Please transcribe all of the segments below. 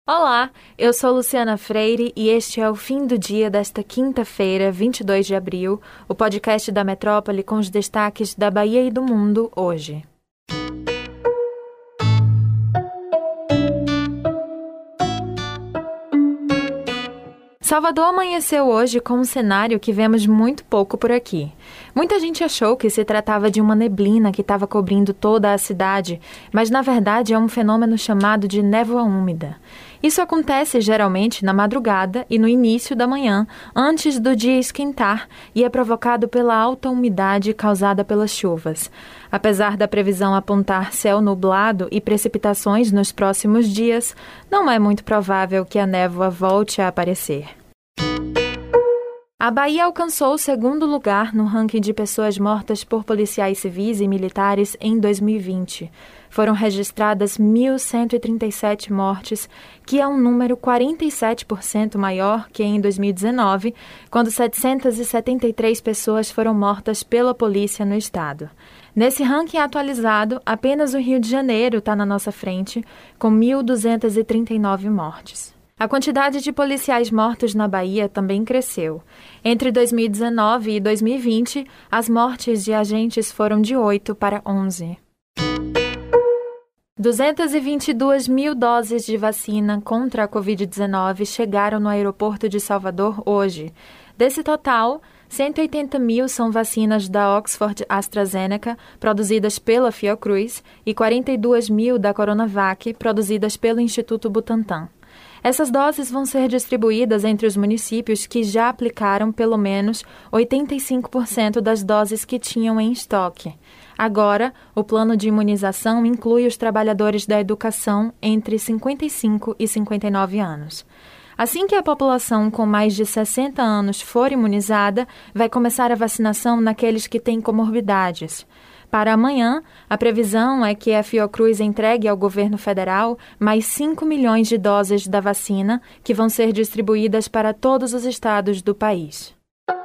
Olá, eu sou Luciana Freire e este é o fim do dia desta quinta-feira, 22 de abril, o podcast da Metrópole com os destaques da Bahia e do mundo hoje. Salvador amanheceu hoje com um cenário que vemos muito pouco por aqui. Muita gente achou que se tratava de uma neblina que estava cobrindo toda a cidade, mas na verdade é um fenômeno chamado de névoa úmida. Isso acontece geralmente na madrugada e no início da manhã, antes do dia esquentar, e é provocado pela alta umidade causada pelas chuvas. Apesar da previsão apontar céu nublado e precipitações nos próximos dias, não é muito provável que a névoa volte a aparecer. A Bahia alcançou o segundo lugar no ranking de pessoas mortas por policiais civis e militares em 2020. Foram registradas 1.137 mortes, que é um número 47% maior que em 2019, quando 773 pessoas foram mortas pela polícia no estado. Nesse ranking atualizado, apenas o Rio de Janeiro está na nossa frente, com 1.239 mortes. A quantidade de policiais mortos na Bahia também cresceu. Entre 2019 e 2020, as mortes de agentes foram de 8 para 11. 222 mil doses de vacina contra a Covid-19 chegaram no aeroporto de Salvador hoje. Desse total, 180 mil são vacinas da Oxford AstraZeneca, produzidas pela Fiocruz, e 42 mil da Coronavac, produzidas pelo Instituto Butantan. Essas doses vão ser distribuídas entre os municípios que já aplicaram pelo menos 85% das doses que tinham em estoque. Agora, o plano de imunização inclui os trabalhadores da educação entre 55 e 59 anos. Assim que a população com mais de 60 anos for imunizada, vai começar a vacinação naqueles que têm comorbidades. Para amanhã, a previsão é que a Fiocruz entregue ao governo federal mais 5 milhões de doses da vacina, que vão ser distribuídas para todos os estados do país.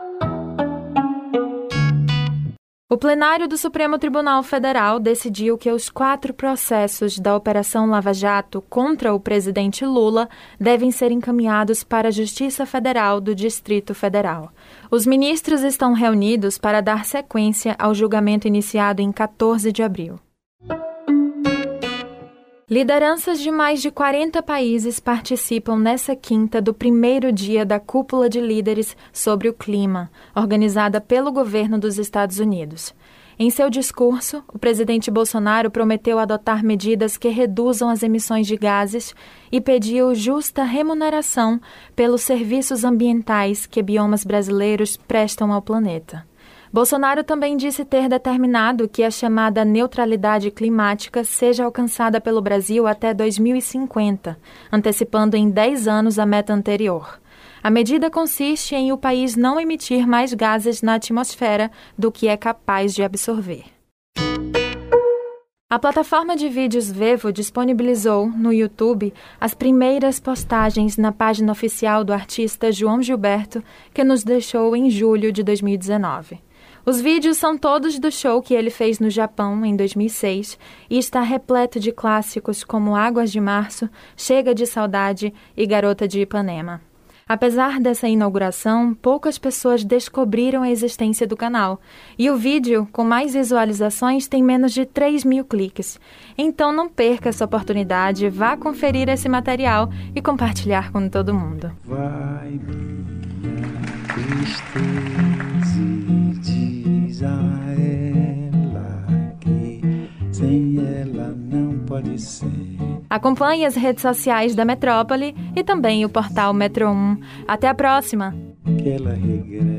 O plenário do Supremo Tribunal Federal decidiu que os 4 processos da Operação Lava Jato contra o presidente Lula devem ser encaminhados para a Justiça Federal do Distrito Federal. Os ministros estão reunidos para dar sequência ao julgamento iniciado em 14 de abril. Lideranças de mais de 40 países participam nessa quinta do primeiro dia da Cúpula de Líderes sobre o Clima, organizada pelo governo dos Estados Unidos. Em seu discurso, o presidente Bolsonaro prometeu adotar medidas que reduzam as emissões de gases e pediu justa remuneração pelos serviços ambientais que biomas brasileiros prestam ao planeta. Bolsonaro também disse ter determinado que a chamada neutralidade climática seja alcançada pelo Brasil até 2050, antecipando em 10 anos a meta anterior. A medida consiste em o país não emitir mais gases na atmosfera do que é capaz de absorver. A plataforma de vídeos Vevo disponibilizou, no YouTube, as primeiras postagens na página oficial do artista João Gilberto, que nos deixou em julho de 2019. Os vídeos são todos do show que ele fez no Japão em 2006 e está repleto de clássicos como Águas de Março, Chega de Saudade e Garota de Ipanema. Apesar dessa inauguração, poucas pessoas descobriram a existência do canal e o vídeo, com mais visualizações, tem menos de 3 mil cliques. Então não perca essa oportunidade, vá conferir esse material e compartilhar com todo mundo. Vai minha tristeza e diz a ela que sem ela não pode ser. Acompanhe as redes sociais da Metrópole e também o portal Metro 1. Até a próxima! Que ela regresse.